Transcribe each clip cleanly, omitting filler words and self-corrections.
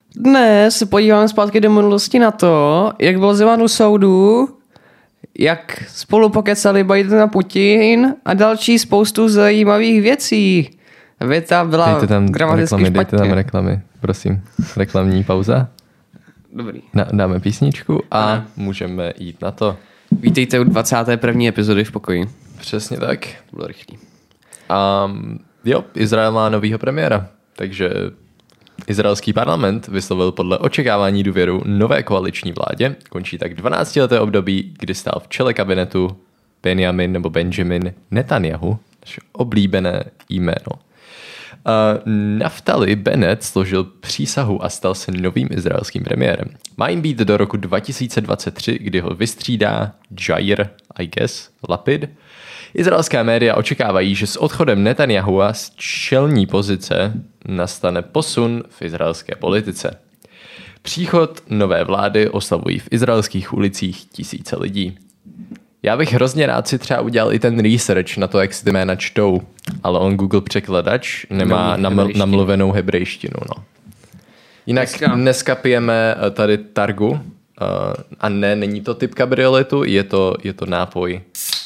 Dnes se podíváme zpátky do minulosti na to, jak byl zvolen u soudu, jak spolu pokecali Biden a Putin a další spoustu zajímavých věcí. Věta byla gramaticky špatně. Dejte tam reklamy, prosím. Reklamní pauza. Dobrý. Dáme písničku a můžeme jít na to. Vítejte u 21. epizody v pokoji. Přesně tak. To bylo rychlý. Jo, Izrael má novýho premiéra, takže izraelský parlament vyslovil podle očekávání důvěru nové koaliční vládě. Končí tak 12leté období, kdy stál v čele kabinetu Benjamin Netanyahu, naše oblíbené jméno. Naftali Bennett složil přísahu a stal se novým izraelským premiérem. Má jim být do roku 2023, kdy ho vystřídá Jair, Lapid. Izraelská média očekávají, že s odchodem Netanyahua z čelní pozice nastane posun v izraelské politice. Příchod nové vlády oslavují v izraelských ulicích tisíce lidí. Já bych hrozně rád si třeba udělal i ten research na to, jak si ty jména čtou, ale on Google překladač nemá namluvenou hebrejštinu. No. Jinak dneska pijeme tady Targu a není to typ kabrioletu, je to nápoj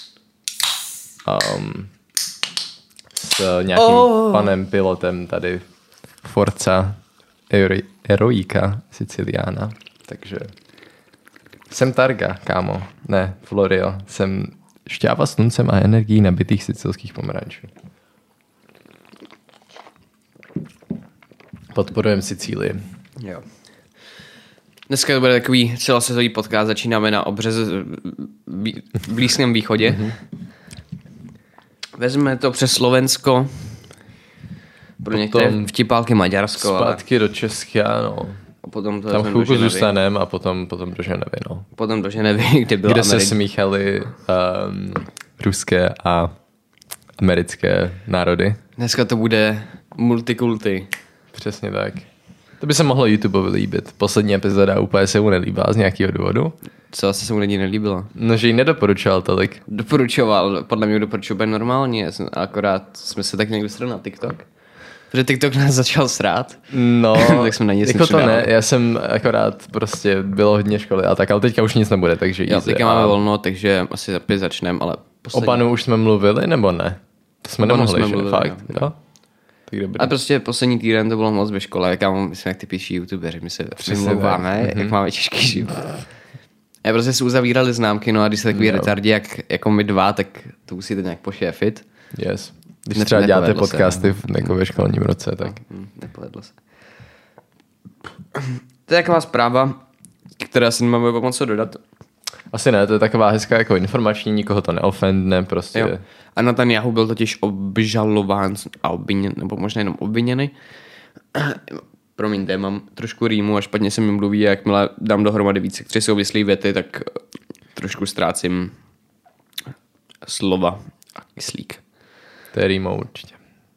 s nějakým panem pilotem tady Forza Eroica Siciliana, takže jsem Targa, kámo, ne, Florio, jsem šťáva sluncem a energií nabitých sicilských pomerančů. Podporujeme Sicílii. Jo. Dneska to bude takový celosvětový podcast, začínáme na v Blízkém východě. Vezmeme to přes Slovensko, pro některé vtipálky Maďarsko. Zpátky do Česka, no. A potom to tam chvilku zůstaneme a potom do Ženevy, no. Potom do Ženevy, kde se smíchaly ruské a americké národy. Dneska to bude multikulty. Přesně tak. To by se mohlo YouTubeovi líbit. Poslední epizoda úplně se mu nelíbila z nějakého důvodu. Co asi se mu lidi nelíbilo? No, že ji nedoporučoval tolik. Doporučoval, podle mě doporučoval normálně, akorát jsme se tak někdo dostali na TikTok. Protože TikTok nás začal srát. No, tak jsme na nic jako to ne, já jsem akorát prostě bylo hodně školy a tak, ale teďka už nic nebude, takže jo, teďka máme volno, takže asi za 5 začneme, ale poslední. O panu už jsme mluvili, nebo ne? To jsme nemohli, že? Fakt, jo? A prostě poslední týden to bylo moc ve škole, my jsme jak ty píší youtubeři, my se přimlouváme, jak máme těžký život. A prostě si uzavírali známky, no a když se takový retardi, jako my dva, tak to musíte nějak pošéfit. Yes. Když třeba děláte podcasty jako ve školním roce, tak... Nepovedlo se. To je taková zpráva, která si nemáme pomoct co dodat. Asi ne, to je taková hezká jako informační, nikoho to neofendne, prostě. Jo. A Netanyahu byl totiž obžalován a obviněn, nebo možná jenom obviněný. Promiňte, mám trošku rýmu a špatně se mi mluví a jakmile dám dohromady víc jak 3 souvislý věty, tak trošku ztrácím slova a kyslík. To je rýmou určitě.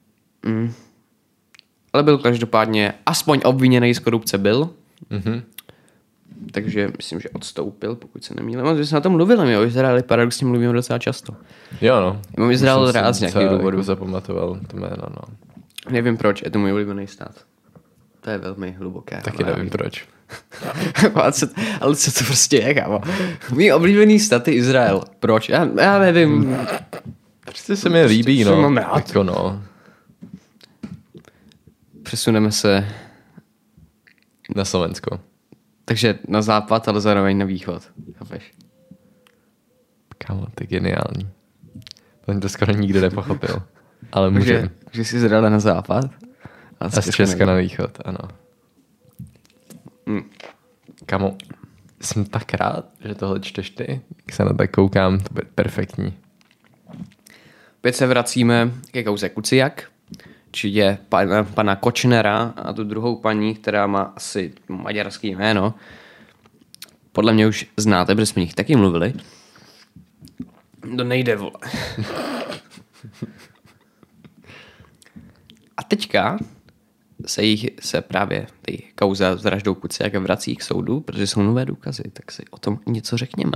Ale byl každopádně aspoň obviněný z korupce byl. Takže myslím, že odstoupil, pokud se nemýlím. My jsme na tom mluvili, my o Izraeli paradoxně mluvíme docela často. Jo, no. Já mám Izrael rád z nějakých důvodů. Jako zapamatoval to jméno, no. Nevím proč, je to můj oblíbený stát. To je velmi hluboké. Taky nevím proč. Ale co to prostě je, kámo? Můj oblíbený stát je Izrael. Proč? Já nevím. Prostě se mi líbí, no. Mám rád. Jako, no. Přesuneme se na Slovensko. Takže na západ, ale zároveň na východ. Chápeš? Kámo, to je geniální. To skoro nikdo nepochopil. Ale můžeme. Takže jsi Izrael na západ? A z Česka na východ, ano. Kámo, jsem tak rád, že tohle čteš ty. Jak se na tak koukám, to bude perfektní. Opět se vracíme ke kauze Kuciak, či je pana Kočnera a tu druhou paní, která má asi maďarský jméno. Podle mě už znáte, protože jsme nich taky mluvili. To nejde, vole. A teďka se právě ty kauza s vraždou Kuciaka vrací k soudu, protože jsou nové důkazy, tak si o tom něco řekněme.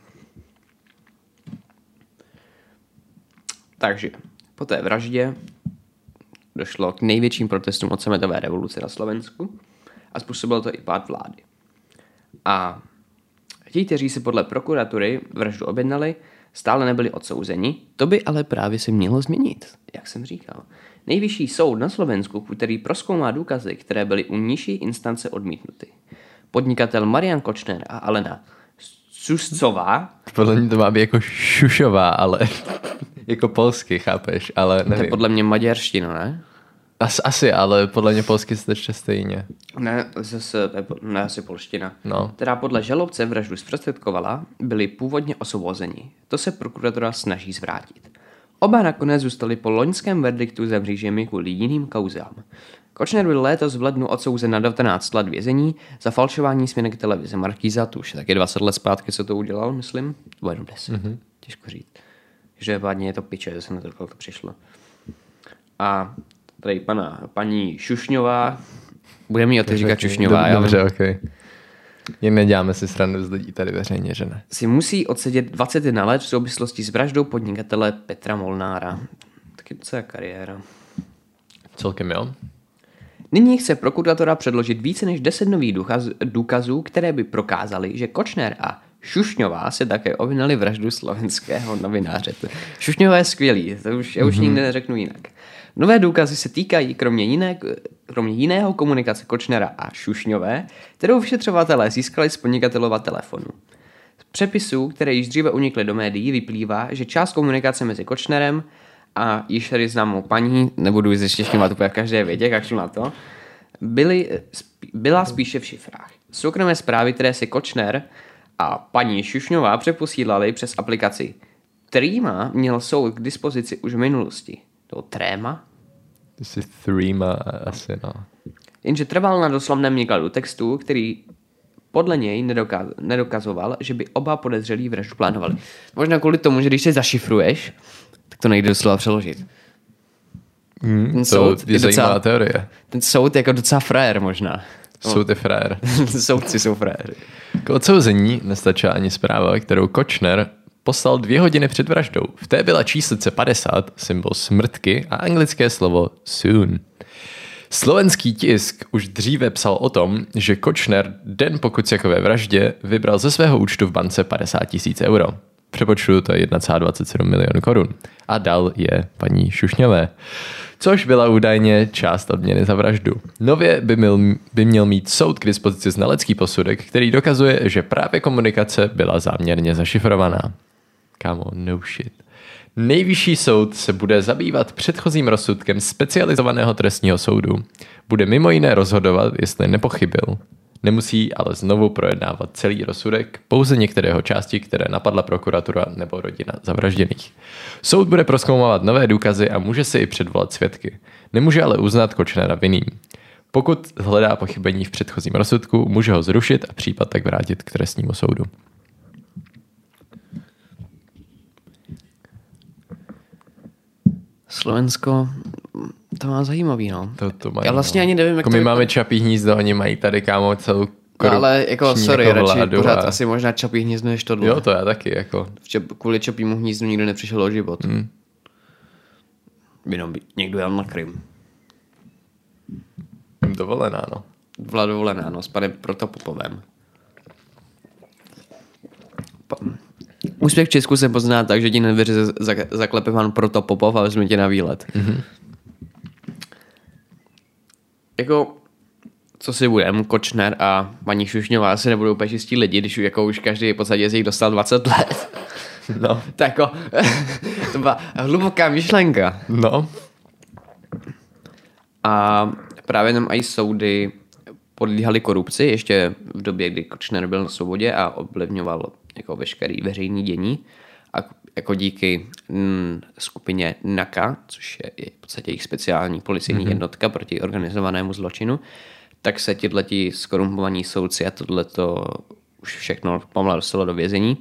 Takže po té vraždě došlo k největším protestům od sametové revoluce na Slovensku a způsobilo to i pád vlády. A ti, kteří si podle prokuratury vraždu objednali, stále nebyli odsouzeni. To by ale právě se mělo změnit, jak jsem říkal. Nejvyšší soud na Slovensku, který prozkoumá důkazy, které byly u nižší instance odmítnuty. Podnikatel Marian Kočner a Alena Suscová. Podle mě to má být jako Šušová, ale jako polsky, chápeš, ale nevím. To je podle mě maďarština, ne? Asi, ale podle mě polsky se to stejně. Ne, zase, ne, asi polština. No. Která podle žalobce vraždu zprostředkovala, byli původně osvobozeni. To se prokuratura snaží zvrátit. Oba nakonec zůstali po loňském verdiktu za mřížemi kvůli jiným kauzám. Kočner byl letos v lednu odsouzen na 19 let vězení za falšování směnek televize Markíza, to už je taky 20 let zpátky, co to udělal, myslím. Nebo jenom 10, těžko říct. Každopádně je to piče, že se na to přišlo. A tady paní Šušňová, bude mi o to říkat Šušňová. Dobře, okej. Jen neděláme si srandu z lidí tady veřejně, že ne? Si musí odsedět 21 let v souvislosti s vraždou podnikatele Petra Molnára. Taky docela kariéra. Celkem jo. Nyní chce prokuratora předložit více než 10 nových důkazů, které by prokázaly, že Kočner a Šušňová se také obvinali vraždu slovenského novináře. Šušňová je skvělý, já už nikdy neřeknu jinak. Nové důkazy se týkají kromě jiného komunikace Kočnera a Šušňové, kterou vyšetřovatelé získali z podnikatelova telefonu. Z přepisů, které již dříve unikly do médií, vyplývá, že část komunikace mezi Kočnerem a již tady známou paní, nebudu zeštěšňovat úplně v každé větě, jak šlo na to, byla spíše v šifrách. Soukromé zprávy, které si Kočner a paní Šušňová přeposílali přes aplikaci Trima, měl soud k dispozici už v minulosti. To Tréma? To si Threema asi, no. Jenže trval na doslovném výkladu textu, který podle něj nedokazoval, že by oba podezřelí vraždu plánovali. Možná kvůli tomu, že když se zašifruješ, tak to nejde doslova přeložit. Ten soud je zajímavá teorie. Ten soud je jako docela frajer možná. Soud je frajer. Soudci jsou frajeři. K odsouzení nestačila ani zpráva, kterou Kočner poslal 2 hodiny před vraždou. V té byla číslice 50, symbol smrtky a anglické slovo soon. Slovenský tisk už dříve psal o tom, že Kočner den po Kuciakové vraždě vybral ze svého účtu v bance 50 000 euro. V přepočtu to je 1,27 milionu korun. A dal je paní Šušňové, což byla údajně část odměny za vraždu. Nově by měl mít soud k dispozici znalecký posudek, který dokazuje, že právě komunikace byla záměrně zašifrovaná. Kámo, no shit. Nejvyšší soud se bude zabývat předchozím rozsudkem specializovaného trestního soudu. Bude mimo jiné rozhodovat, jestli nepochybil. Nemusí ale znovu projednávat celý rozsudek, pouze některého části, které napadla prokuratura nebo rodina zavražděných. Soud bude prozkoumávat nové důkazy a může si i předvolat svědky. Nemůže ale uznat Kočnera vinným. Pokud hledá pochybení v předchozím rozsudku, může ho zrušit a případ tak vrátit k trestnímu soudu. Slovensko, to má zajímavý, no. To mají, já vlastně ani nevím, jak jako to my máme Čapí hnízdo, oni mají tady, kámo, celou no, ale jako, sorry, jako radši pořád asi možná Čapí hnízdo než tohle. Jo, to já taky, jako. Kvůli Čapímu hnízdu nikdo nepřišel o život. Jenom by někdo jel na Krym. Dovolená, no. Byla dovolená, no, s panem Protopopovem. Úspěch v Česku se pozná tak, že ti na dveře zaklepe pan Protopopov a vezme tě na výlet. Jako, co si budem, Kočner a paní Šušňová asi nebudou úplně čistí lidi, když jako už každý v podstatě z nich dostal 20 let. No. Tak jako, to byla hluboká myšlenka. No. A právě tam i soudy podlíhaly korupci ještě v době, kdy Kočner byl na svobodě a ovlivňoval jako veškerý veřejný dění. A jako díky skupině NAKA, což je v podstatě jejich speciální policejní jednotka proti organizovanému zločinu, tak se tihleti skorumpovaní soudci a tohleto už všechno pomalu dostalo do vězení.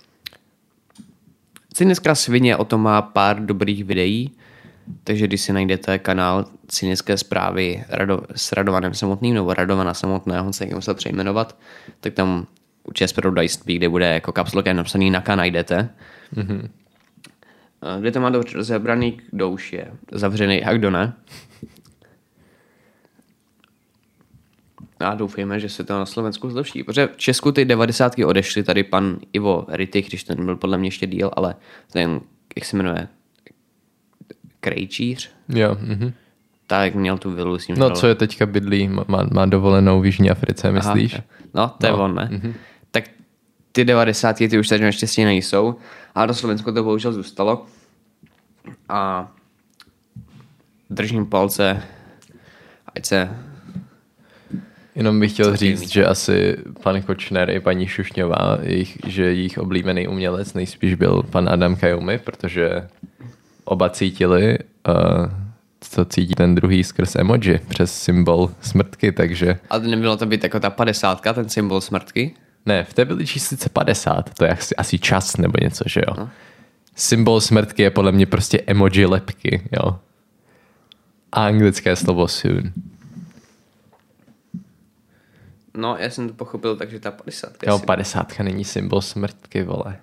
Cynická svině o tom má pár dobrých videí, takže když si najdete kanál Cynické zprávy s Radovanem samotným nebo Radovana samotného, co jak musel přejmenovat, tak tam určitě zpravodajství, kde bude jako kapslokem napsaný NAKA, najdete. Kde to má dobře rozebraný, kdo už je zavřený a kdo ne. A doufejme, že se to na Slovensku zlepší. Protože v Česku ty 90. odešly, tady pan Ivo Ritych, když ten byl podle mě ještě díl, ale ten, jak se jmenuje, Krejčíř, Jo, tak měl tu vilu s ním. No, co je teďka bydlí, má dovolenou v Jižní Africe, myslíš? Aha, no, to je on, ne? Tak ty 90. ty už tady naštěstí nejsou, ale do Slovensku to bohužel zůstalo. A držím palce, ať se... Jenom bych chtěl říct, že asi pan Kočner i paní Šušňová, že jejich oblíbený umělec nejspíš byl pan Adam Kajumi, protože oba cítili, co cítí ten druhý skrz emoji, přes symbol smrtky, takže... Ale nebylo to být jako ta 50, ten symbol smrtky? Ne, v té byly číslice 50, to je asi čas nebo něco, že jo. No. Symbol smrtky je podle mě prostě emoji lepky, jo. A anglické slovo soon. No, já jsem to pochopil, takže ta 50. Jo, 50 není symbol smrtky, vole.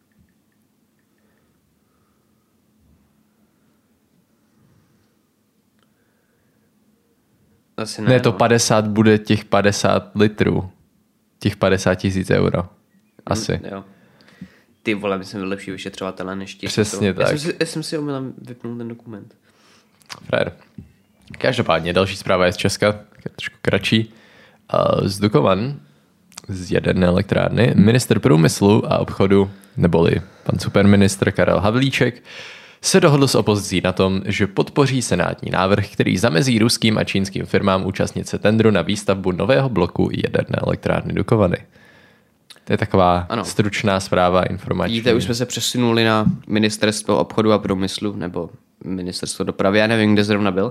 Asi ne, to 50 bude těch 50 litrů. Těch 50 000 euro. Asi. Jo. Ty vole, my jsme byli lepší vyšetřovatelé než ti. Přesně tak. Já jsem si omylem vypnul ten dokument. Frajer. Každopádně další zpráva je z Česka, trošku kratší. Z Dukovan, z jaderné elektrárny, ministr průmyslu a obchodu, neboli pan superministr Karel Havlíček, se dohodl s opozicí na tom, že podpoří senátní návrh, který zamezí ruským a čínským firmám účastnit se tendru na výstavbu nového bloku jaderné elektrárny Dukovany. To je taková stručná zpráva informační. Vidíte, už jsme se přesunuli na ministerstvo obchodu a průmyslu, nebo ministerstvo dopravy, já nevím, kde zrovna byl.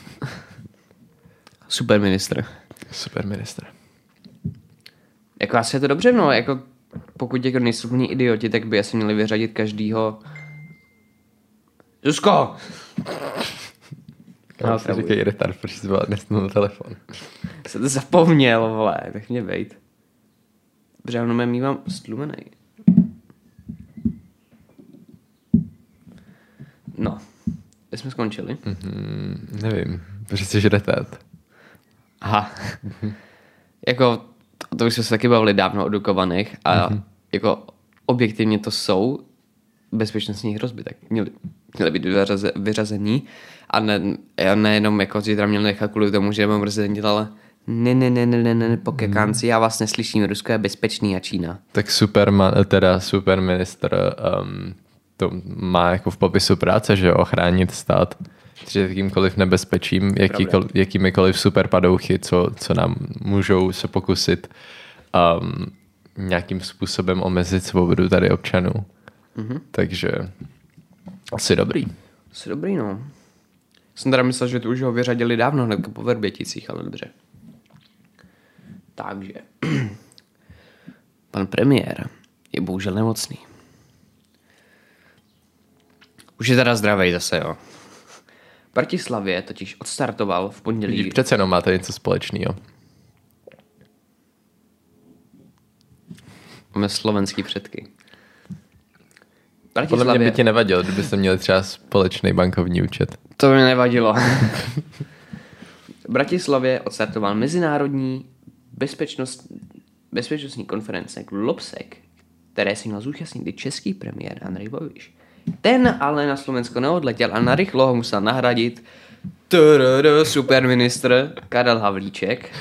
Superministr. Superministr. Jako asi je to dobře, no, jako pokud jako nejsou plní idioti, tak by asi měli vyřadit každýho. Zuzko! No, si říkej retard, protože jsi byla dnes na telefon. Jsem to zapomněl, vole, tak mě bejt. Protože já jenom mývám stlumenej. No, kde jsme skončili? Nevím, protože jsi retard. Aha. Jako, to už jsme se taky bavili dávno o Dukovanech a jako objektivně to jsou bezpečnostní hrozby, tak měly být vyřazení a nejenom jako zítra měl nechat kvůli tomu, že mám mrzení, ale ne, pokekánci, já vás neslyším, Rusko je bezpečný a Čína. Tak superministr to má jako v popisu práce, že ochránit stát před jakýmkoliv nebezpečím, jakýmikoliv superpadouchy, co nám můžou se pokusit nějakým způsobem omezit svobodu tady občanů. Takže asi dobrý. Asi dobrý, no. Jsem teda myslel, že tu už ho vyřadili dávno hned po Verběticích, ale dobře. Takže pan premiér je bohužel nemocný. Už je teda zdravej zase, jo. V Bratislavě totiž odstartoval v pondělí... Vidíš, přece jenom máte něco společného. Máme slovenský předky. Podle mě by ti nevadilo, kdybyste měli třeba společný bankovní účet. To mi nevadilo. V Bratislavě odstartoval mezinárodní bezpečnostní konference Globsec, které si měl zúčastnit i český premiér Andrej Babiš. Ten ale na Slovensko neodletěl a narychlo ho musel nahradit superministr Karel Havlíček.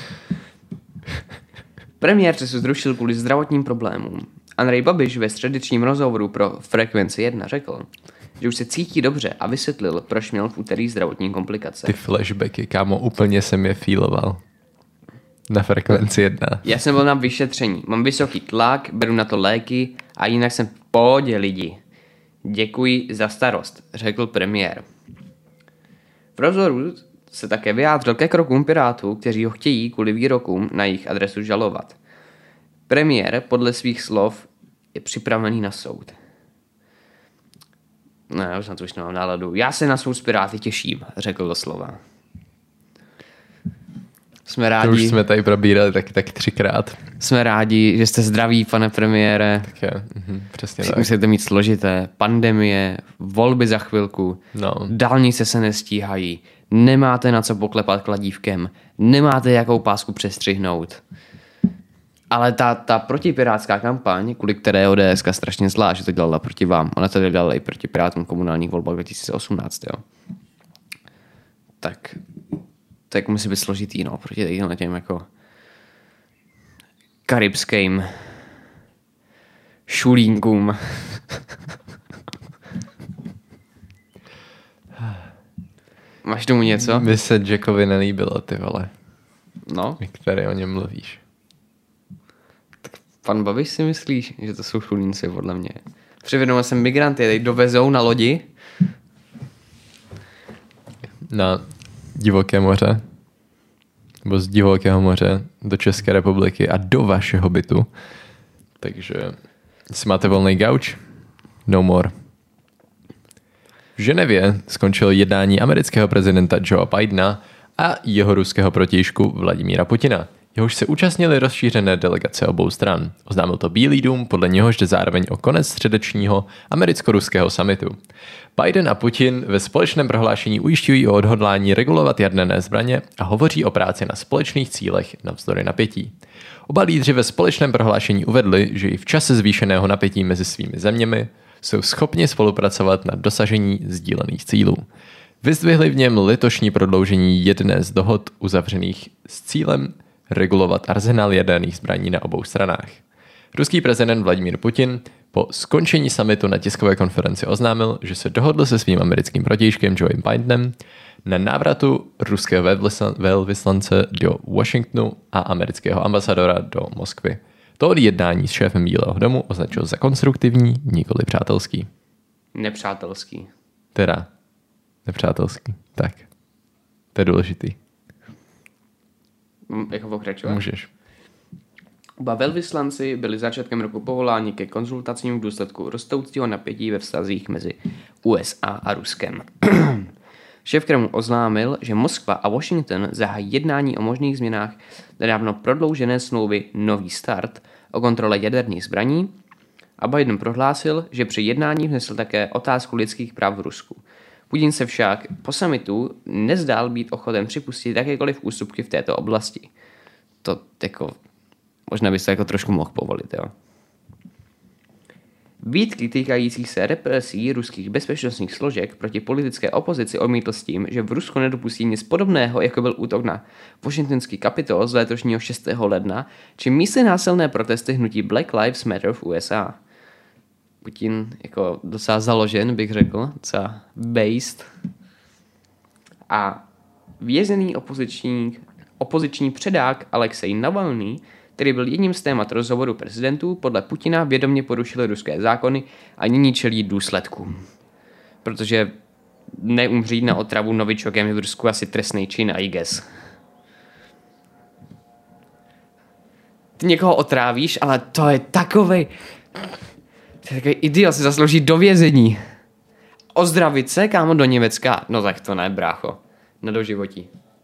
Premiér se zrušil kvůli zdravotním problémům. Andrej Babiš ve středečním rozhovoru pro Frekvenci 1 řekl, že už se cítí dobře a vysvětlil, proč měl v úterý zdravotní komplikace. Ty flashbacky, kámo, úplně jsem je feeloval. Na Frekvenci 1. Já jsem byl na vyšetření. Mám vysoký tlak, beru na to léky a jinak jsem v pohodě, lidi. Děkuji za starost, řekl premiér. V rozhovoru se také vyjádřil ke krokům Pirátů, kteří ho chtějí kvůli výrokům na jejich adresu žalovat. Premiér podle svých slov je připravený na soud. Ne, už na to už nemám náladu. Já se na soud s Piráty těším, řekl doslova. Jsme rádi. To už jsme tady probírali tak 3krát. Jsme rádi, že jste zdraví, pane premiére. Tak je, přesně tak. Musíte mít složité pandemie, volby za chvilku, no. Dálnice se nestíhají, nemáte na co poklepat kladívkem, nemáte jakou pásku přestřihnout. Ale ta protipirátská kampaň, kvůli které ODS strašně zlá, že to dělala proti vám, ona to dělala i proti pirátům komunálních volbách 2018, jo. Tak musí být složitý, no, proti těm jako karibským šulínkům. Máš tomu něco? By se Jackovi nelíbilo, ty vole. No. Který o něm mluvíš. Pan Babiš si myslíš, že to jsou šulínci, podle mě. Přivědomil jsem migranty, tady dovezou na lodi. Na divoké moře. Nebo z divokého moře do České republiky a do vašeho bytu. Takže jestli máte volný gauč, no more. V Ženevě skončilo jednání amerického prezidenta Joea Bidena a jeho ruského protějšku Vladimíra Putina. Jehož se účastnili rozšířené delegace obou stran. Oznámil to Bílý dům, podle něhož jde zároveň o konec středečního americko-ruského summitu. Biden a Putin ve společném prohlášení ujišťují o odhodlání regulovat jaderné zbraně a hovoří o práci na společných cílech navzdory napětí. Oba lídři ve společném prohlášení uvedli, že i v čase zvýšeného napětí mezi svými zeměmi jsou schopni spolupracovat na dosažení sdílených cílů. Vyzdvihli v něm letošní prodloužení jedné z dohod uzavřených s cílem regulovat arzenál jaderných zbraní na obou stranách. Ruský prezident Vladimír Putin po skončení summitu na tiskové konferenci oznámil, že se dohodl se svým americkým protějškem Joeem Bidenem na návratu ruského velvyslance do Washingtonu a amerického ambasadora do Moskvy. To jednání s šéfem Bílého domu označil za konstruktivní, nikoli přátelský. Nepřátelský. Teda, nepřátelský. Tak, to je důležitý. Jako pokračovat? Můžeš. Oba velvyslanci byli začátkem roku povoláni ke konzultacím v důsledku rostoucího napětí ve vztazích mezi USA a Ruskem. Šéf Kremlu oznámil, že Moskva a Washington zahájí jednání o možných změnách nedávno prodloužené smlouvy Nový start o kontrole jaderných zbraní a Biden prohlásil, že při jednání vnesl také otázku lidských práv v Rusku. Putin se však po summitu nezdál být ochoten připustit jakékoliv ústupky v této oblasti. To jako, možná by se jako trošku mohl povolit, jo. Výtky týkajících se represí ruských bezpečnostních složek proti politické opozici odmítl s tím, že v Rusku nedopustí nic podobného, jako byl útok na Washingtonský kapitol z letošního 6. ledna, či místní násilné protesty hnutí Black Lives Matter v USA. Putin jako docela založen, bych řekl, docela based. A vězený opoziční předák Alexej Navalny, který byl jedním z témat rozhovoru prezidentů, podle Putina vědomě porušil ruské zákony a nyní čelí důsledkům. Protože neumřít na otravu novičokem je v Rusku asi trestný čin, I guess. Ty někoho otrávíš, ale to je takovej idiot, si zaslouží do vězení. Ozdravit se, kámo, do Německa? No tak to ne, brácho. Na doživotí.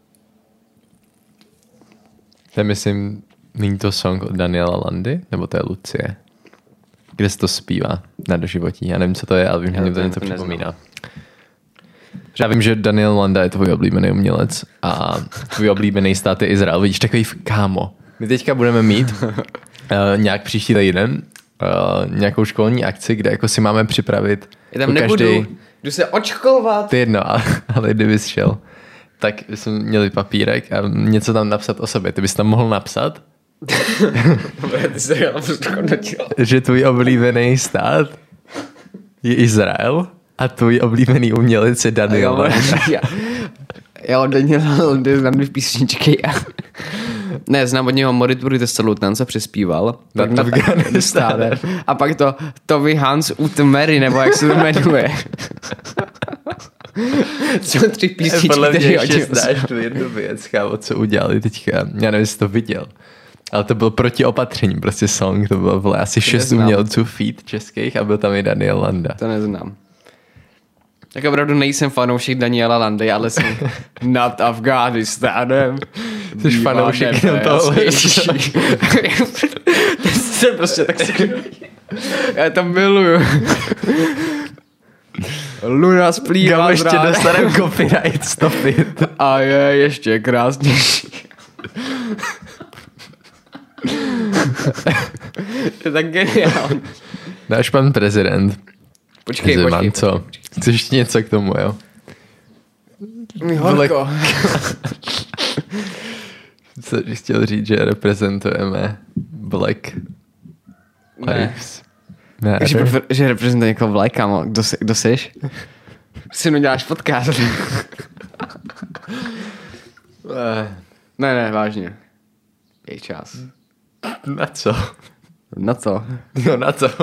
To je, myslím, není to song od Daniela Landy? Nebo to je Lucie? Kde se to zpívá na doživotí? Já nevím, co to je, ale vím, že mě to něco připomíná. Já vím, že Daniel Landa je tvůj oblíbený umělec a tvůj oblíbený stát je Izrael. Vidíš, takový kámo. My teďka budeme mít nějak příští týden nějakou školní akci, kde jako si máme připravit. Já tam nebudu, jdu se očkovat. Ty jedno, ale kdybys šel, tak jsme měli papírek a něco tam napsat o sobě. Ty bys tam mohl napsat? Ty se že tvůj oblíbený stát je Izrael a tvůj oblíbený umělec je Daniel Landa. Já od Daniela Landy znám dvě písničky. Ne, znám od něho Morituri Tessalutnan, co přespíval. Tak na Afganistáne. A pak to Toby Hans Utmery, nebo jak se to jmenuje. Jsou 3 písničky, podle mě které ještě znáš tu jednu věc, kámo, co udělali teďka. Já nevím, jestli to viděl. Ale to byl proti opatření, prostě song. To bylo asi 6 umělců feat českých a byl tam i Daniel Landa. To neznám. Tak opravdu nejsem fanoušek Daniela Landy, ale jsem nad Afghánistánem. Jsi fanoušek jenom tohle. To jsem prostě tak si... Já to miluju. Luna splývá Kam ještě dostaneme copyright stopy. A je ještě krásnější. To je tak geniální. Náš pan prezident. Počkej. Co? Chceš ještě něco k tomu, jo? Mi horko. Co jsi chtěl říct, že reprezentujeme Black Lives Matter? Že reprezentuje někoho Black, kámo. Kdo seš? Si mnou děláš podcast. Ne, vážně. Je čas. Na co? Na co? No na co?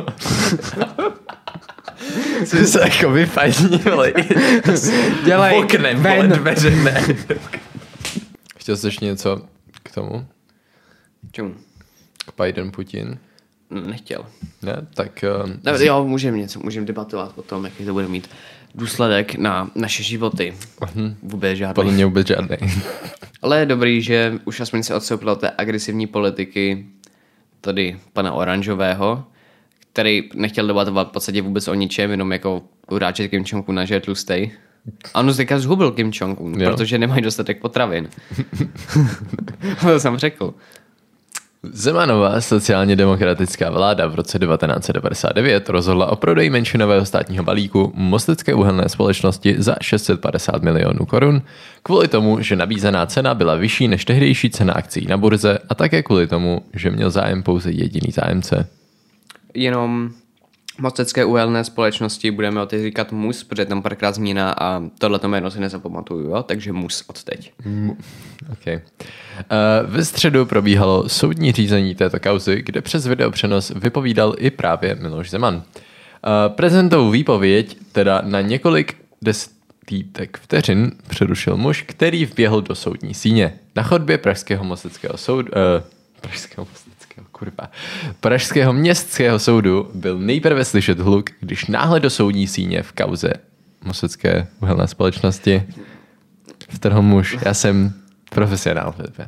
Jsi se jako vypadní, ale Dělej oknem, ven. dveře, ne. Chtěl jsi ještě něco k tomu? Čemu? K Biden Putin? Nechtěl. Ne? Tak... Jo, můžeme debatovat o tom, jaký to bude mít důsledek na naše životy. Vůbec žádný. Podle mě vůbec žádný. Ale je dobrý, že už aspoň se odstoupil od té agresivní politiky tady pana Oranžového, který nechtěl debatovat v podstatě vůbec o ničem, jenom jako uráčet Kim Jong-una, že je tlustej. A on teďka zhubil Kim Jong-un, protože nemají dostatek potravin. To jsem řekl. Zemanova sociálně demokratická vláda v roce 1999 rozhodla o prodeji menšinového státního balíku Mostecké uhelné společnosti za 650 milionů korun kvůli tomu, že nabízená cena byla vyšší než tehdejší cena akcií na burze a také kvůli tomu, že měl zájem pouze jediný zájemce. Jenom Mostecké uhelné společnosti budeme o těch říkat MUS, protože tam párkrát změna a tohleto jméno si nezapamatuju, jo? Takže MUS od teď. Okay. Ve středu probíhalo soudní řízení této kauzy, kde přes videopřenos vypovídal i právě Miloš Zeman. Prezentovou výpověď teda na několik desítek vteřin přerušil muž, který vběhl do soudní síně. Na chodbě Pražského městského soudu byl nejprve slyšet hluk, když náhle do soudní síně v kauze Mostecké uhelné společnosti vtrhl muž. Já jsem profesionál, Filipe.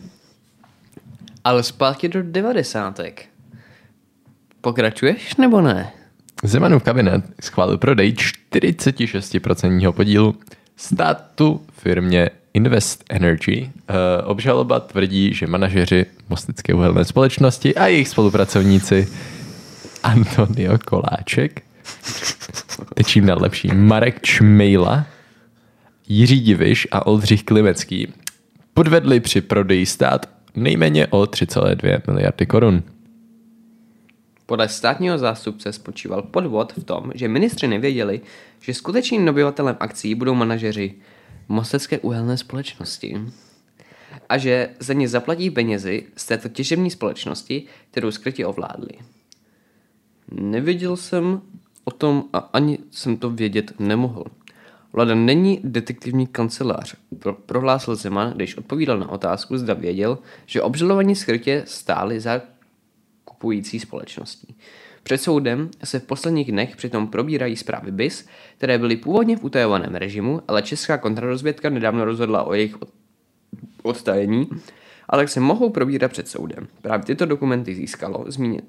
Ale zpátky do 90. Pokračuješ nebo ne? Zemanův kabinet schválil prodej 46% podílu státu firmě Invest Energy. Obžaloba tvrdí, že manažeři Mostecké uhelné společnosti a jejich spolupracovníci Antonio Koláček, čím dál lepší, Marek Čmejla, Jiří Diviš a Oldřich Klimecký podvedli při prodeji stát nejméně o 3,2 miliardy korun. Podle státního zástupce spočíval podvod v tom, že ministři nevěděli, že skutečným nabyvatelem akcií budou manažeři Mostecké uhelné společnosti a že za ně zaplatí penězi z této těžební společnosti, kterou skrytě ovládli. Nevěděl jsem o tom a ani jsem to vědět nemohl. Vláda není detektivní kancelář, prohlásil Zeman, když odpovídal na otázku, zda věděl, že obžalovaní skrytě stáli za kupující společností. Před soudem se v posledních dnech přitom probírají zprávy BIS, které byly původně v utajovaném režimu, ale česká kontrarozvědka nedávno rozhodla o jejich odtajení, a tak se mohou probírat před soudem. Právě tyto dokumenty získalo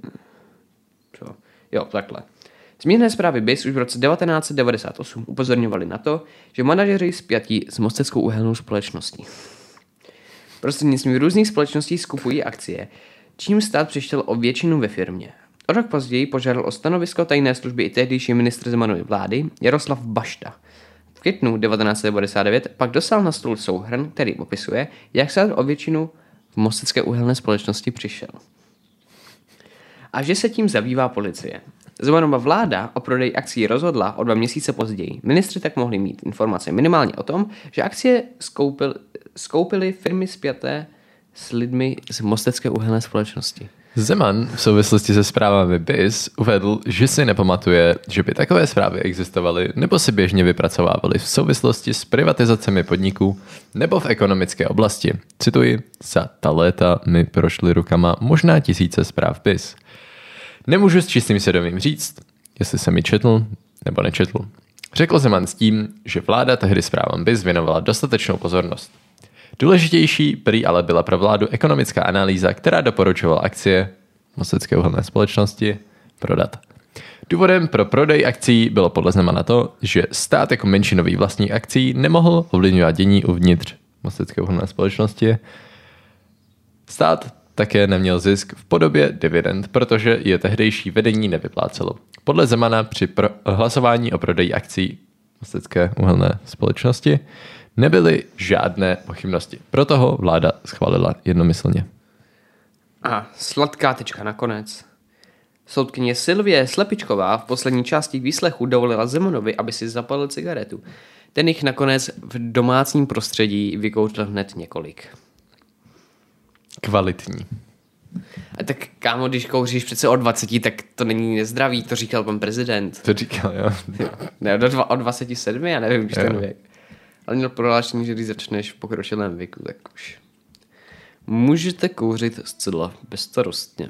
Zmíněné zprávy BIS už v roce 1998 upozorňovaly na to, že manažeři spjatí s Mosteckou uhelnou společností. Prostřednictvím různých společností skupují akcie, čím stát přišel o většinu ve firmě. O rok později požádal o stanovisko tajné služby i tehdejší ministr Zemanovy vlády Jaroslav Bašta. V květnu 1999 pak dostal na stůl souhrn, který popisuje, jak stát o většinu v Mostecké uhelné společnosti přišel. A že se tím zabývá policie. Zemanova vláda o prodeji akcí rozhodla o 2 měsíce později. Ministři tak mohli mít informace minimálně o tom, že akcie skoupily firmy spjaté s lidmi z Mostecké uhelné společnosti. Zeman v souvislosti se zprávami BIS uvedl, že si nepamatuje, že by takové zprávy existovaly nebo se běžně vypracovávaly v souvislosti s privatizacemi podniků nebo v ekonomické oblasti. Cituji, za ta léta mi prošly rukama možná tisíce zpráv BIS. Nemůžu s čistým svědomím říct, jestli jsem ji četl nebo nečetl. Řekl Zeman s tím, že vláda tehdy zprávám BIS věnovala dostatečnou pozornost. Důležitější prý ale byla pro vládu ekonomická analýza, která doporučovala akcie Mostecké uhelné společnosti prodat. Důvodem pro prodej akcí bylo podle Zemana to, že stát jako menšinový vlastník akcí nemohl ovlivňovat dění uvnitř Mostecké uhelné společnosti. Stát také neměl zisk v podobě dividend, protože je tehdejší vedení nevyplácelo. Podle Zemana při hlasování o prodeji akcí Mostecké uhelné společnosti nebyly žádné pochybnosti. Proto ho vláda schválila jednomyslně. A sladká tečka nakonec. Soudkyně Silvie Slepičková v poslední části výslechu dovolila Zemanovi, aby si zapalil cigaretu. Ten jich nakonec v domácím prostředí vykouřil hned několik. Kvalitní. A tak kámo, když kouříš přece od 20, tak to není nezdravý, to říkal pan prezident. To říkal, jo. Ne, od 27, já nevím, když ten věk. Ale měl prohlášení, že když začneš v pokročilém věku, tak už můžete kouřit zcela bezstarostně.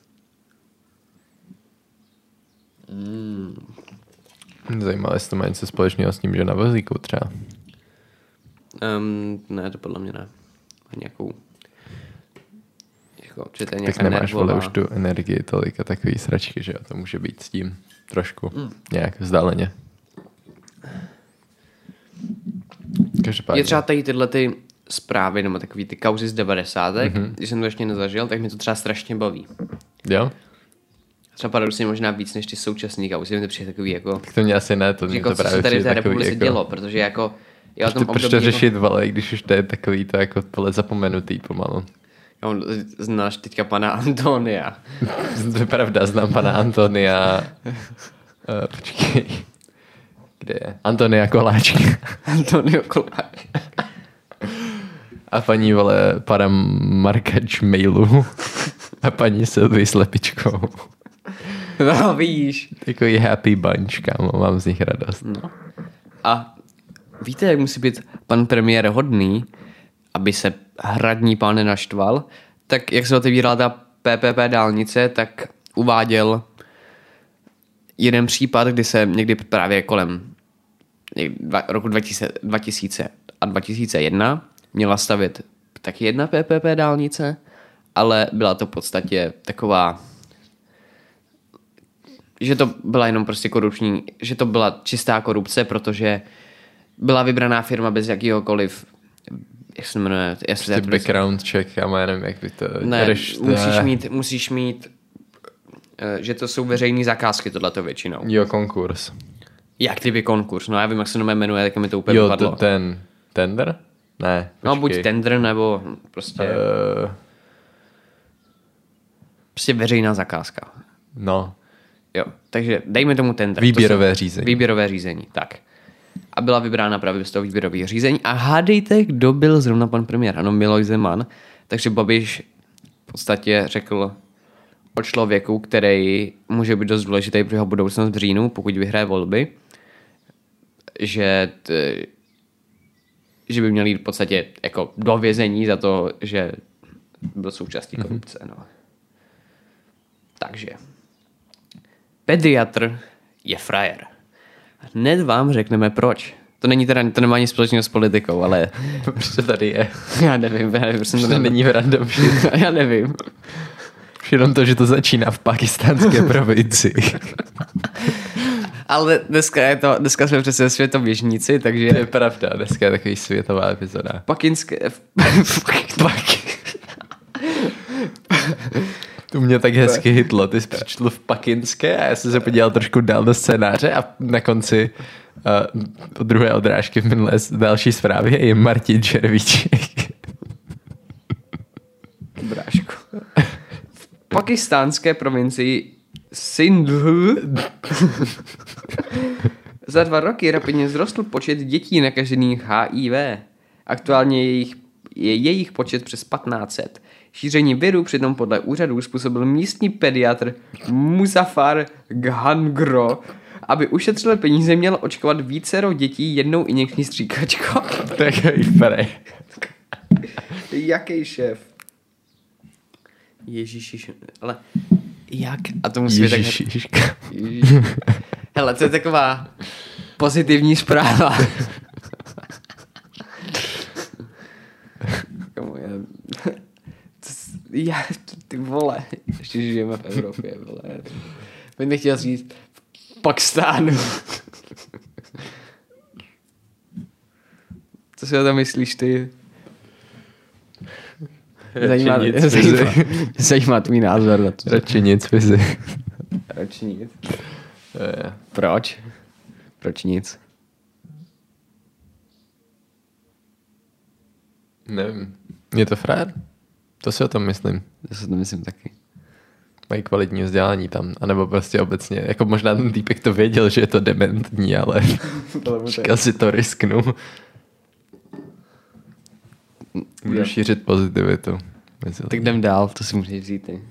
Zajímavé, jestli to má něco společného s tím, že na vozíku třeba. Ne, to podle mě ne. Má nějakou... Jako, že to je tak nějaká nemáš nervová. vole už tu energii tolik a takový sračky, že jo? To může být s tím trošku nějak vzdáleně. Každopádně. Je třeba tady tyhle ty zprávy, nebo takový ty kauzy z 90. Když jsem to ještě nezažil, tak mě to třeba strašně baví. Jo? Třeba paradoxně možná víc než ty současný kauzy, mi to přijde takový jako... Tak to mě asi ne, to mě jako to co právě se tady v té přijde takový republice jako... dělo, protože jako... Já tom Proč to řešit, vole, když už to je takový to jako vole zapomenutý pomalu. Jo, znáš teďka pana Antonia. To je pravda, znám pana Antonia. Počkej. Kde je? Antonia Koláčka. Antonio Koláč. A paní, vole, pana Marka Čmejlu. A paní Silvii Slepičkou. No, víš. Takový happy bunch, kámo, mám z nich radost. No. A víte, jak musí být pan premiér hodný, aby se hradní pán nenaštval? Tak jak se otevírala ta PPP dálnice, tak uváděl jeden případ, kdy se někdy právě kolem roku 2000 a 2001 měla stavět taky jedna PPP dálnice, ale byla to v podstatě taková, že to byla jenom prostě korupční, že to byla čistá korupce, byla vybraná firma bez jakýhokoliv, jak se jmenuje, Prostě background check, já nevím, jak by to... Ne, musíš mít, že to jsou veřejné zakázky tohleto většinou. Jo, konkurs. Jak kdyby konkurs, no já vím, jak se to jmenuje, tak mi to úplně Jo, vypadlo. ten tender? Ne, no buď tender, nebo prostě... Prostě veřejná zakázka. No. Jo, takže dejme tomu tender. Výběrové řízení. Výběrové řízení, tak. A byla vybrána právě z toho výběrového řízení. A hádejte, kdo byl zrovna pan premiér. Ano, Miloš Zeman. Takže Babiš v podstatě řekl o člověku, který může být dost důležitý pro jeho budoucnost v říjnu, pokud vyhraje volby, že by měl jít v podstatě jako do vězení za to, že byl součástí korupce. No. Takže pediatr je frajer. Hned vám řekneme proč. To nemá nic společného s politikou, ale... Proč to tady je? Já nevím, to není v random shit. Já nevím. Už jenom to, že to začíná v pakistánské provincii. Ale dneska jsme přece ve světoběžníci, takže... To je pravda, dneska je takový světová epizoda. To mě tak hezky hitlo. Ty jsi přečetl v pakinské a já jsem se podíval trošku dál do scénáře a na konci druhé odrážky v minulé další zprávě je Martin Červíček. Bráško. V pakistánské provincii Sindhu za 2 roky rapidně vzrostl počet dětí nakažených HIV. Aktuálně je jejich počet přes 1500. Šíření viru přitom podle úřadů způsobil místní pediatr Muzaffar Ghangro. Aby ušetřil peníze, měl očkovat vícero dětí jednou injekční stříkačkou. Takový frej. Jaký šéf? Ježíši, ale jak? A to musí být tak... Hele, to je taková pozitivní zpráva. Ty vole, ještě žijeme v Evropě, vole. Bych nechtěl říct, Pakistánu. Co si o tom myslíš ty? Zajímá tvůj názor na to. Radši nic, vizi. Radši nic. Proč? Proč nic? Nevím. Je to frajer? To si o tom myslím. Já si to myslím taky. Mají kvalitní vzdělání tam. A nebo prostě obecně. Jako možná ten týpek to věděl, že je to dementní, ale říkal si to risknu. Budu šířit pozitivitu. Tak jdem dál, to si můžeš vzít ty.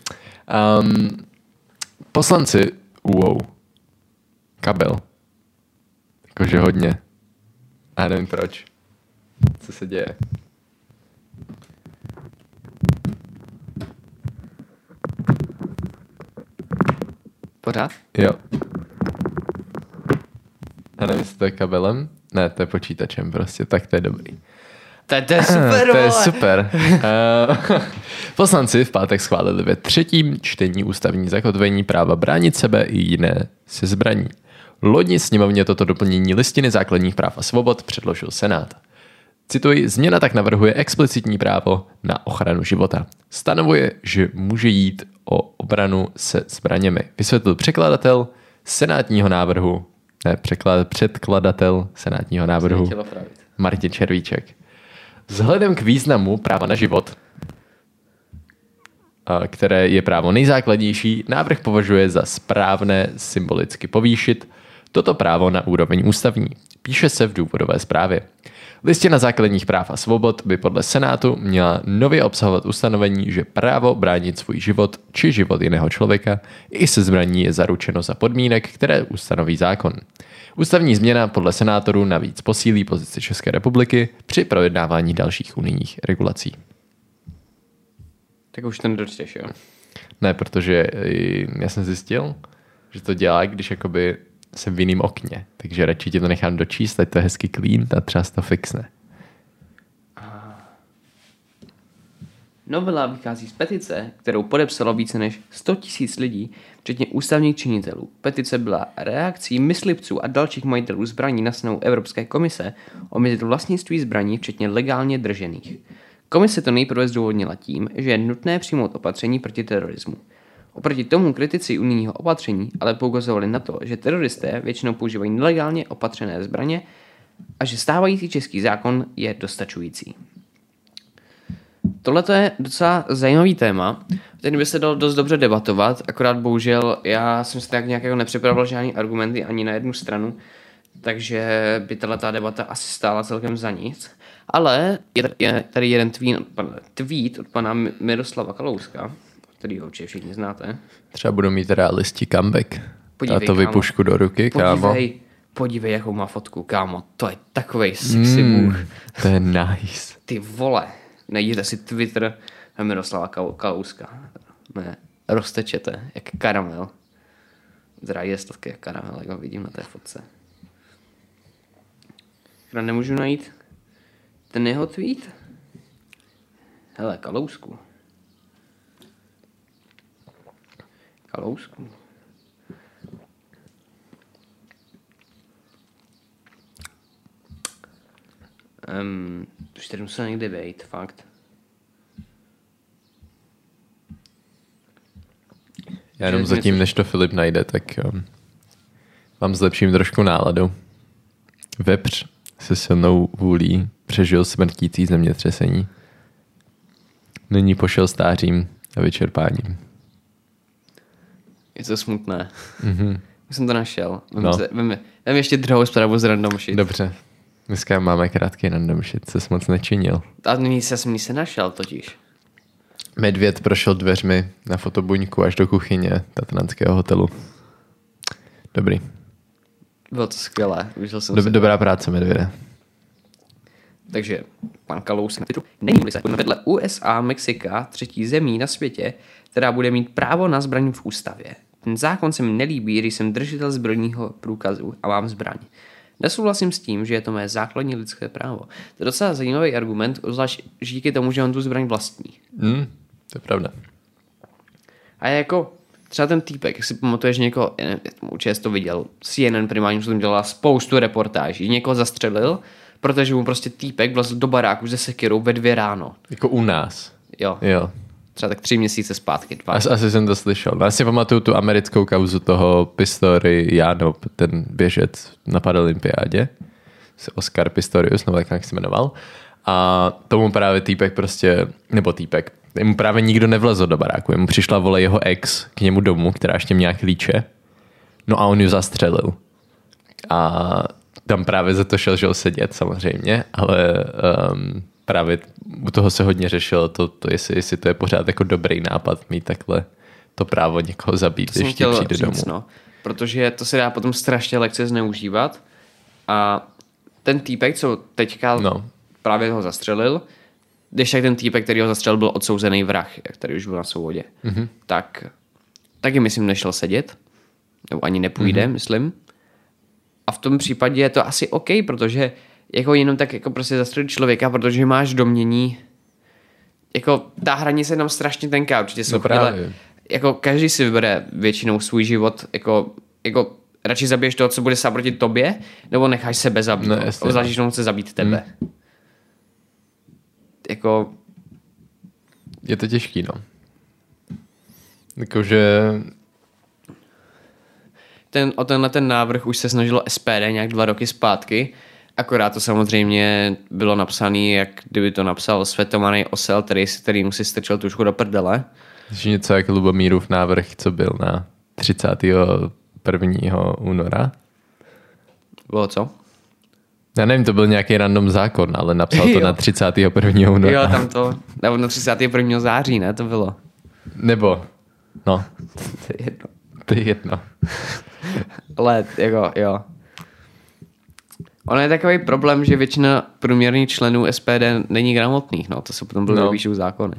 Poslanci UOU. Kabel. Jakože hodně. A já nevím proč. Co se děje? Pořád? Jo. A nevím, jestli to je kabelem. Ne, to je počítačem prostě, tak to je dobrý. To je super, to je super. Poslanci v pátek schválili ve třetím čtení ústavní zakotvení práva bránit sebe i jiné se zbraní. Loni sněmovně toto doplnění listiny základních práv a svobod předložil Senát. Cituji, změna tak navrhuje explicitní právo na ochranu života. Stanovuje, že může jít o obranu se zbraněmi. Vysvětlil předkladatel senátního návrhu Martin Červíček. Vzhledem k významu práva na život, které je právo nejzákladnější, návrh považuje za správné symbolicky povýšit toto právo na úroveň ústavní. Píše se v důvodové zprávě. Listina základních práv a svobod by podle Senátu měla nově obsahovat ustanovení, že právo bránit svůj život či život jiného člověka i se zbraní je zaručeno za podmínek, které ustanoví zákon. Ústavní změna podle senátorů navíc posílí pozici České republiky při projednávání dalších unijních regulací. Tak už to nedočteš, jo? Ne, protože já jsem zjistil, že to dělá, když jakoby jsem v jiném okně. Takže radši tě to nechám dočíst, ať to je hezky clean a třeba se to fixne. Novela vychází z petice, kterou podepsalo více než 100 000 lidí, včetně ústavních činitelů. Petice byla reakcí myslivců a dalších majitelů zbraní na snahu Evropské komise omezit vlastnictví zbraní, včetně legálně držených. Komise to nejprve zdůvodnila tím, že je nutné přijmout opatření proti terorismu. Oproti tomu kritici unijního opatření ale poukazovali na to, že teroristé většinou používají nelegálně opatřené zbraně a že stávající český zákon je dostačující. Tohle je docela zajímavý téma, který by se dal dost dobře debatovat, akorát bohužel já jsem si tak nějak jako nepřipravil žádný argumenty ani na jednu stranu, takže by tato debata asi stála celkem za nic. Ale je tady jeden tweet od pana Miroslava Kalouska, který ho určitě všichni znáte. Třeba budou mít realisti comeback. Podívej, a to vypušku do ruky, kámo. Podívej, jakou má fotku, kámo. To je takovej sexy bůh. To je nice. Ty vole. Najděte si Twitter Miroslava Kalouska. Ne, roztečete, jak karamel. Zdraví je stovky jak karamel, jak ho vidím na té fotce. Já nemůžu najít ten jeho tweet. Hele, Kalousku. Už tady musel někde být, fakt. Já jenom zatím, než to Filip najde, tak vám zlepším trošku náladu. Vepř se silnou vůlí přežil smrtící zemětřesení. Nyní pošel stářím a vyčerpáním. Je to smutné. Mm-hmm. Už jsem to našel. Vem ještě druhou zprávu z Random Shit. Dobře. Dneska máme krátký Random Shit, co jsi moc nečinil. A nyní jsem se našel totiž. Medvěd prošel dveřmi na fotobuňku až do kuchyně tatranského hotelu. Dobrý. Bylo to skvělé. Dobrá práce, medvěde. Takže pan Kalous není se vedle USA, Mexika, třetí zemí na světě, která bude mít právo na zbraň v ústavě. Ten zákon se mi nelíbí, když jsem držitel zbrojního průkazu a mám zbraň. Nesouhlasím s tím, že je to mé základní lidské právo. To je docela zajímavý argument, zvlášť díky tomu, že on tu zbraň vlastní. To je pravda. A jako, třeba ten týpek, jak si pamatuješ někoho, určitě jsi to viděl, CNN primárně jsem dělala spoustu reportáží, někoho zastřelil, protože mu prostě týpek vlezl do baráku se sekirou ve 2 ráno. Jako u nás. Jo. Třeba tak 3 měsíce zpátky. 2. Asi jsem to slyšel. Já si pamatuju tu americkou kauzu toho Pistoriano, ten běžec na paralympiádě. Oscar Pistorius, nebo tak nějak se jmenoval. A tomu právě týpek prostě, nebo týpek, mu právě nikdo nevlezl do baráku. Jemu přišla vole jeho ex k němu domů, která ještě měla klíče. No a on ji zastřelil. A tam právě za to šel sedět samozřejmě, ale právě u toho se hodně řešilo to jestli to je pořád jako dobrý nápad mít takhle to právo někoho zabít, když ti přijde domů. No, protože to se dá potom strašně lehce zneužívat a ten týpek, co teďka právě ho zastřelil, když tak ten týpek, který ho zastřelil, byl odsouzený vrah, který už byl na svobodě, tak taky myslím nešel sedět, nebo ani nepůjde, myslím. A v tom případě je to asi OK, protože jako jenom tak jako prostě zastřelit člověka, protože máš domnění, jako ta hranice je tam strašně tenká, určitě jsou jako každý si vybere většinou svůj život, jako radši zabiješ toho, co bude stát proti tobě, nebo necháš sebe zabít, zvlášť, že on chce zabít tebe. Jako je to těžký, no. Jakože tenhle návrh už se snažilo SPD nějak 2 roky zpátky, akorát to samozřejmě bylo napsané, jak kdyby to napsal světomaný osel, který mu si strčil tušku do prdele. Že něco jak Lubomírův návrh, co byl na 31. února. Bylo co? Já nevím, to byl nějaký random zákon, ale napsal to na 31. února. Jo, tam to, nebo na 31. září, ne, to bylo. Nebo, no. To je jedno. Ale, jako, jo. Ono je takový problém, že většina průměrných členů SPD není gramotných, no, to se potom bylo vypíšou zákony.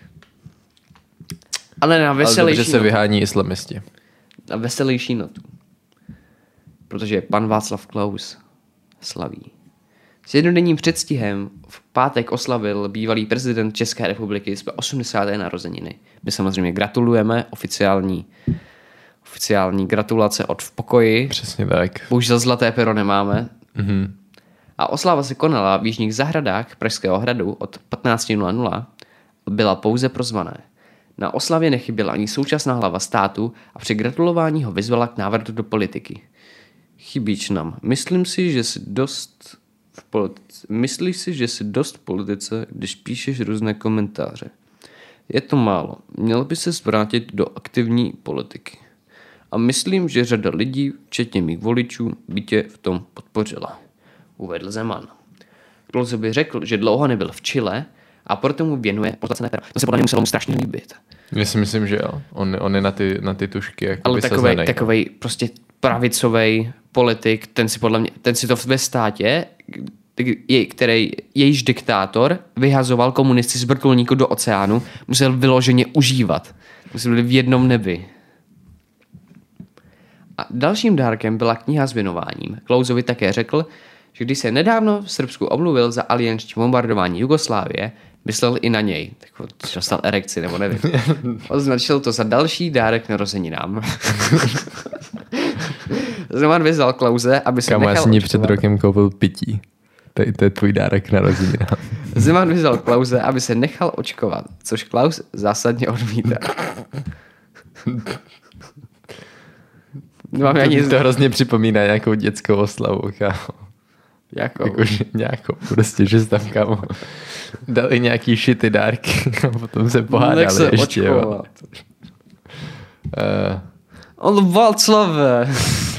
Ale na veselější se vyhání islamisti. Na veselější notu. Protože pan Václav Klaus slaví. S jednodenním předstihem v pátek oslavil bývalý prezident České republiky své 80. narozeniny. My samozřejmě gratulujeme, oficiální gratulace od V pokoji. Přesně tak. Bohužel zlaté pero nemáme. Mm-hmm. A oslava se konala v jižních zahradách Pražského hradu od 15:00. Byla pouze pro zvané. Na oslavě nechyběla ani současná hlava státu a při gratulování ho vyzvala k návratu do politiky. Chybíč nám. Myslíš si, že jsi dost v politice, když píšeš různé komentáře. Je to málo. Měl by se vrátit do aktivní politiky. A myslím, že řada lidí, včetně mých voličů, by tě v tom podpořila. Uvedl Zeman. Klauze by řekl, že dlouho nebyl v Chile a proto mu věnuje pozlacené pero. To se podle mě muselo mu strašně líbit. Já si myslím, že jo. On je na ty tušky jako ale takovej prostě pravicovej politik, ten si to ve státě, jejíž diktátor vyhazoval komunisty z vrtulníku do oceánu, musel vyloženě užívat. Musel být v jednom nebi. A dalším dárkem byla kniha s věnováním. Klausovi také řekl, že když se nedávno v Srbsku omluvil za alianční bombardování Jugoslávie, myslel i na něj. Tak dostal erekci, nebo nevím. Označil to za další dárek narozeninám. Zeman vyzval Klause, aby se nechal očkovat. Já před rokem koupil pití. To je tvůj dárek narozeninám. Zeman vyzval Klause, aby se nechal očkovat, což Klaus zásadně odmítá. To hrozně připomíná nějakou dětskou oslavu, kámo. Nějakou, prostě, že se tam, kámo, dali nějaký šity dárky a potom se pohádali se ještě. On Václave.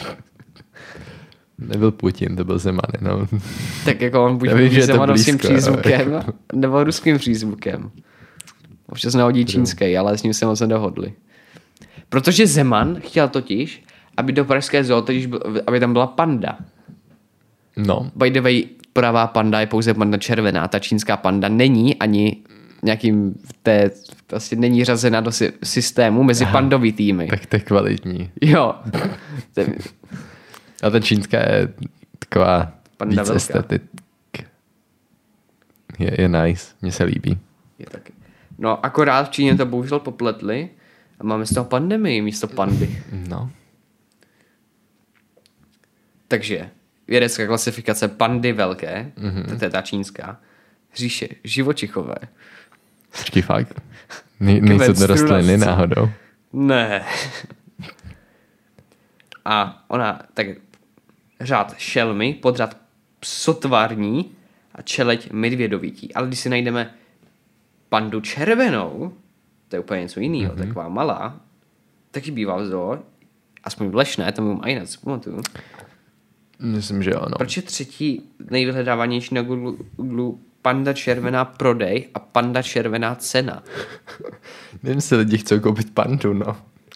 Nebyl Putin, to byl Zeman, no. Tak jako on buď mluví zemanovským přízvukem, nebo ruským přízvukem. Občas nehodí čínský, ale s ním se moc nedohodli. Protože Zeman chtěl totiž, aby do pražské zoo, aby tam byla panda. No. By the way, pravá panda je pouze panda červená, ta čínská panda není ani nějakým, vlastně není řazena do systému mezi pandový týmy. Tak to je kvalitní. Jo. A ta čínská je taková panda víc estetik. Je nice, mně se líbí. Je taky. No akorát v Číně to bohužel popletli A máme z toho pandemii místo pandy. No. Takže vědecká klasifikace pandy velké, to je ta čínská, říše živočichové. Počkej, fakt. Nejsou to rostliny náhodou. Ne. A ona, tak řád šelmy, podřád psotvární a čeleď medvědovití. Ale když si najdeme pandu červenou, to je úplně něco jiného, taková malá, taky bývá v zoo, aspoň v Lešné, tam mám aj pamatuju. Myslím, že ano. Proč je třetí nejvyhledávanější na Google panda červená prodej a panda červená cena? Nevím, si lidi chcou koupit pandu, no.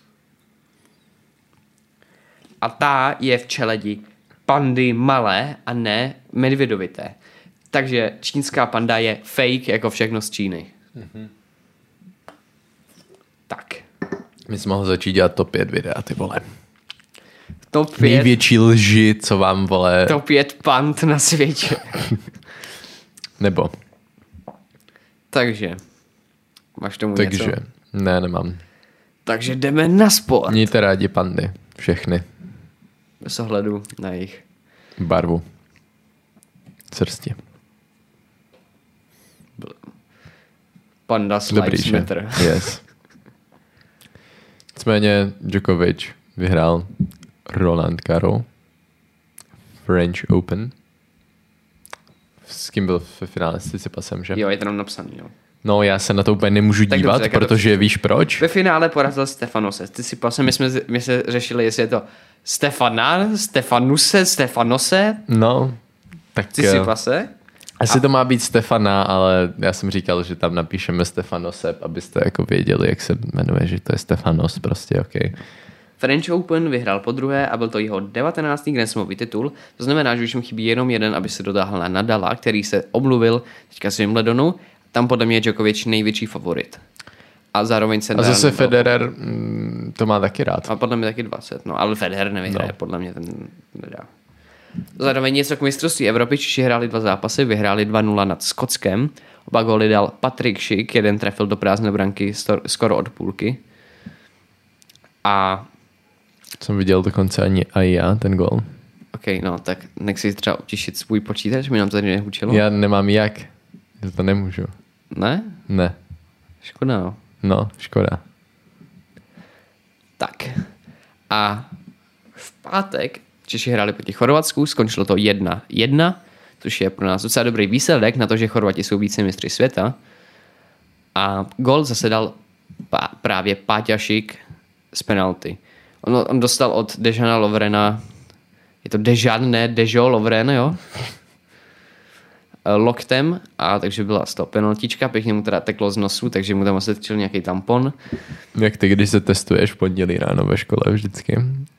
A ta je v čeledi pandy malé a ne medvědovité. Takže čínská panda je fake jako všechno z Číny. Tak. My jsme mohli začít dělat top 5 videa, ty vole. Top 5, Největší lži, co vám, vole... top 5 pand na světě. Nebo. Takže. Máš tomu Takže. něco? Ne, nemám. Takže jdeme na sport. Mějte rádi pandy. Všechny. Bez ohledu na jejich Barvu. Srsti. panda Lives Matter. Yes. Nicméně Djokovic vyhrál Roland Garros French Open. S kým byl ve finále? S Tsitsipasem, že? Jo, je to tam napsaný, jo. No, já se na to úplně nemůžu Tak dívat, dobře, tak protože víš proč? Ve finále porazil Stefanose. Tsitsipasem, my jsme řešili, jestli je to Stefanose, No, tak... Tsitsipase. Asi to má být Stefana, ale já jsem říkal, že tam napíšeme Stefanosep, abyste jako věděli, jak se jmenuje, že to je Stefanos, prostě, ok. French Open vyhrál podruhé a byl to jeho 19. Grand Slamový titul. To znamená, že už mu chybí jenom jeden, aby se dotáhl na Nadala, který se omluvil teďka s Wimbledonu. Tam podle mě je Djokovic největší favorit. A zároveň se... A zase Federer to má taky rád. A podle mě taky 20, no, ale Federer nevyhraje, podle mě ten nedá. Zároveň něco k mistrovství Evropy, Češi hráli 2 zápasy, vyhráli 2-0 nad Skotskem. Oba góly dal Patrik Schick, jeden trefil do prázdné branky skoro od půlky. A... Jsem viděl dokonce i já, ten gól. OK, no, tak nechci třeba utěšit svůj počítač, mi nám to tady nehučilo. Já nemám jak. Já to nemůžu. Ne? Ne. Škoda, no. No, škoda. Tak. A v pátek Češi hráli proti Chorvatsku, skončilo to 1-1, což je pro nás docela dobrý výsledek na to, že Chorvati jsou více mistři světa. A gól zase dal právě Páťa Schick z penalty. On dostal od Dejana Lovrena, je to Dejan, ne Dejo Lovren, jo? Loktem, a takže byla z toho penaltička, pěkně mu teda teklo z nosu, takže mu tam asi tečil nějaký tampon. Jak ty, když se testuješ v pondělí ráno ve škole vždycky?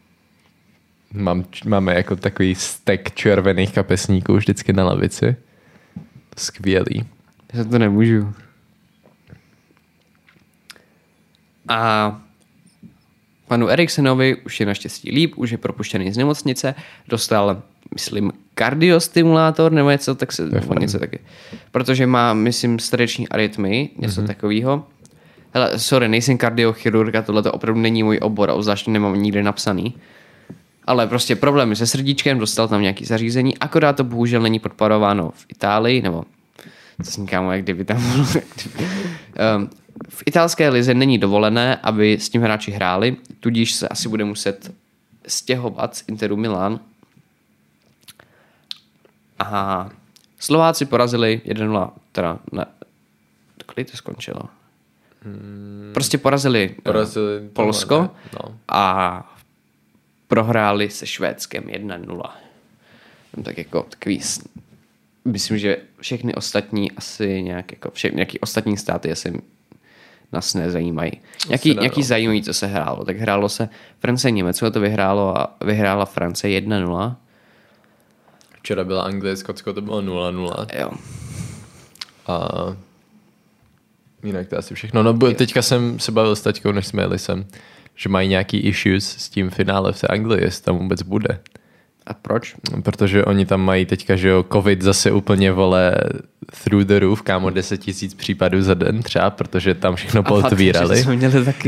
Máme jako takový stek červených kapesníků vždycky na lavici. Skvělý. Já to nemůžu. A panu Eriksenovi už je naštěstí líp, už je propuštěný z nemocnice, dostal, myslím, kardiostimulátor nebo něco, tak se, něco taky. Protože má, myslím, srdeční arytmii, něco takového. Hele, sorry, nejsem kardiochirurg a tohle to opravdu není můj obor a obzvláště nemám nikde napsaný. Ale prostě problémy se srdíčkem, dostal tam nějaké zařízení, akorát to bohužel není podporováno v Itálii, nebo to sníkámo, jak kdyby tam v italské lize není dovolené, aby s tím hráči hráli, tudíž se asi bude muset stěhovat z Interu Milán. A Slováci porazili 1-0, teda ne, kdy to skončilo? Prostě porazili Polsko a prohráli se Švédskem 1-0. Tak jako takový, myslím, že všechny ostatní asi nějaký ostatní státy asi nás nezajímají. Nějaký zajímavý, co se hrálo. Tak hrálo se Francie, Německo to vyhrálo a vyhrála Francie 1-0. Včera byla Anglie, Skotsko, to bylo 0-0. Jo. A jinak to asi všechno. No teďka jsem se bavil s taťkou, než jsme jeli sem, že mají nějaký issues s tím finále v té Anglii, jestli tam vůbec bude. A proč? Protože oni tam mají teďka, že jo, covid zase úplně, vole, through the roof, kámo, 10 000 případů za den třeba, protože tam všechno pootvírali. A jsme měli taky.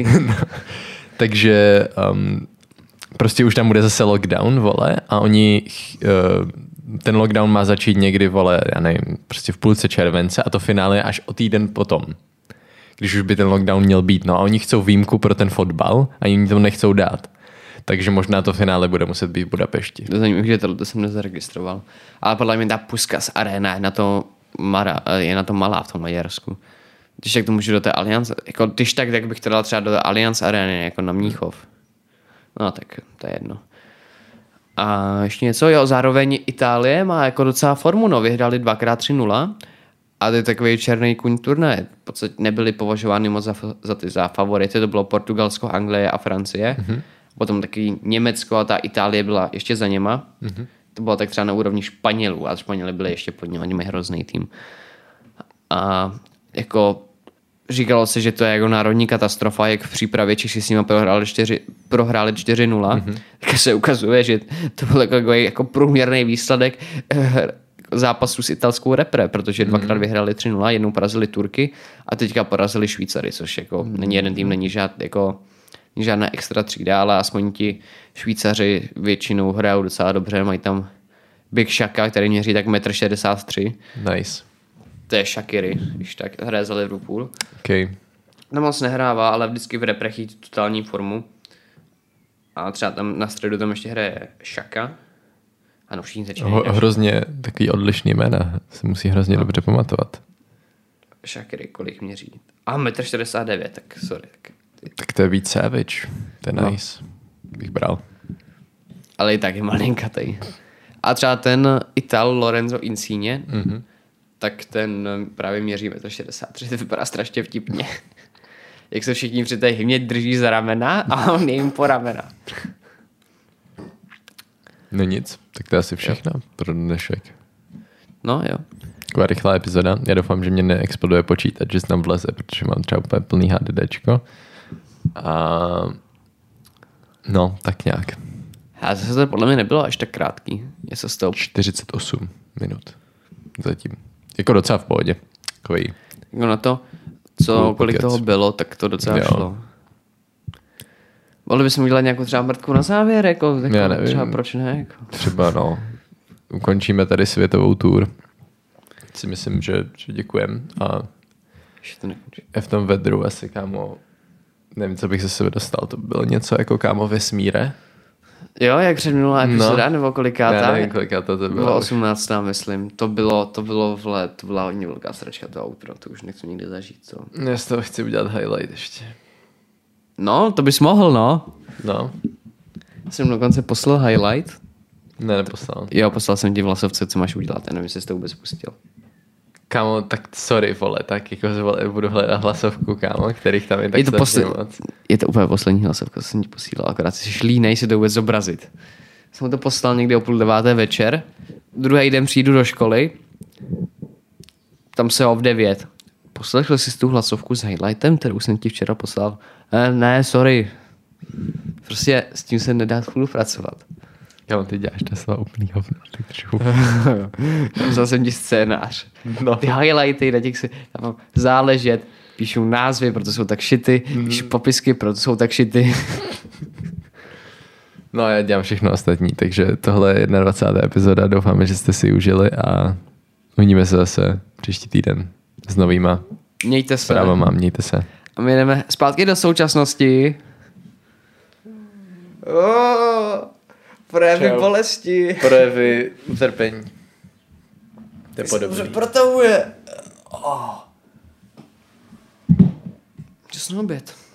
Takže prostě už tam bude zase lockdown, vole, a oni, ten lockdown má začít někdy, vole, já nevím, prostě v půlce července a to finále je až o týden potom, když už by ten lockdown měl být. No a oni chcou výjimku pro ten fotbal a oni to nechcou dát. Takže možná to finále bude muset být v Budapešti. To zajímavé, že to jsem nezaregistroval. Ale podle mě ta Puskas Arena je na to malá v tom Maďarsku. Když tak to můžu do té Allianz, jako když tak bych to dal třeba do té Allianz Areny, jako na Mníchov. No tak to je jedno. A ještě něco, jo, zároveň Itálie má jako docela formu, no, vyhráli 2x3-0 a to je takový černý kuň turné. V podstatě nebyli považovány moc za favority, to bylo Portugalsko, Anglie a Francie. Mm-hmm. Potom taky Německo a ta Itálie byla ještě za něma. Mm-hmm. To bylo tak třeba na úrovni Španělů a Španěli byli ještě pod ním, oni mají hrozný tým. A jako říkalo se, že to je jako národní katastrofa, jak v přípravě Češi s nimi prohráli 4-0. Mm-hmm. Tak se ukazuje, že to byl jako průměrný výsledek zápasu s italskou repre, protože dvakrát vyhráli 3-0, jednou porazili Turky a teďka porazili Švýcary, což jako není jeden tým, není žádná extra třída, ale aspoň ti Švýcaři většinou hrajou docela dobře, mají tam Big Shaka, který měří tak 1,63 m. Nice. To je Shaqiri, když tak hraje za Liverpool. Okay. No moc nehrává, ale vždycky v repre chytí totální formu. A třeba tam na středu tam ještě hraje Shaka. Ano, všichni začínají. Hrozně takový odlišný jména. Se musí hrozně dobře pamatovat. Shaqiri, kolik měří? 1,49 m, tak sorry. Tak to je víc savage. To je nice. Bych bral. Ale i tak je malinkatej. A třeba ten Ital Lorenzo Insigne, tak ten právě měří 1,63 m. To vypadá strašně vtipně. Jak se všichni při té hymně drží za ramena a on je jim po ramena. No nic, tak to je asi všechno pro dnešek. No jo. Taková rychlá epizoda. Já doufám, že mě neexploduje počítač, že se tam vleze, protože mám třeba úplně plný HDDčko. A no, tak nějak. A zase to podle mě nebylo až tak krátký. 48 minut zatím. Jako docela v pohodě. Takový. Jako na to, kolik toho bylo, tak to docela šlo. Mohli bychom udělat nějakou třeba mrtku na závěr, jako já nevím. Třeba proč ne? Jako. Třeba ukončíme tady světovou tour. Si myslím, že děkujem. A v tom vedru asi, kámo, nevím, co bych ze sebe dostal. To bylo něco jako, kámo, vesmíre. Jo, jak předminulá epizoda, nebo kolikátá? Já nevím, kolikátá to bylo. 18. myslím. To byla hodně velká sračka, to outro, to už nechci nikdy zažít. To. Já z toho chci udělat highlight ještě. No, to bys mohl, no. No. Jsem dokonce poslal highlight. Ne, neposlal. Jo, poslal jsem ti vlasovce, co máš udělat, já nevím, jestli jsi to vůbec pustil. Kámo, tak sorry, vole, tak jako budu hledat hlasovku, kámo, kterých tam je tak strašně moc. Je to úplně poslední hlasovka, co jsem ti posílal, akorát jsi šlínej si to vůbec zobrazit. Jsem to poslal někdy o 8:30 večer, druhý den přijdu do školy, tam se v 9. Poslechl jsi tu hlasovku s highlightem, kterou jsem ti včera poslal? Ne, sorry. Prostě s tím se nedá spolupracovat. Jo, ty děláš to slova úplný hovno. Vzal jsem ti scénář. No. Ty highlighty, na těch si tam záležet, píšu názvy, proto jsou tak šity, píšu popisky, proto jsou tak šity. No já dělám všechno ostatní, takže tohle je 21. epizoda, doufáme, že jste si ji užili a uvidíme se zase příští týden s novýma zprávama. Mějte se. A my jdeme zpátky do současnosti. Projevy bolesti. Projevy utrpení. To je podobný. Protahuje. Čas na oběd.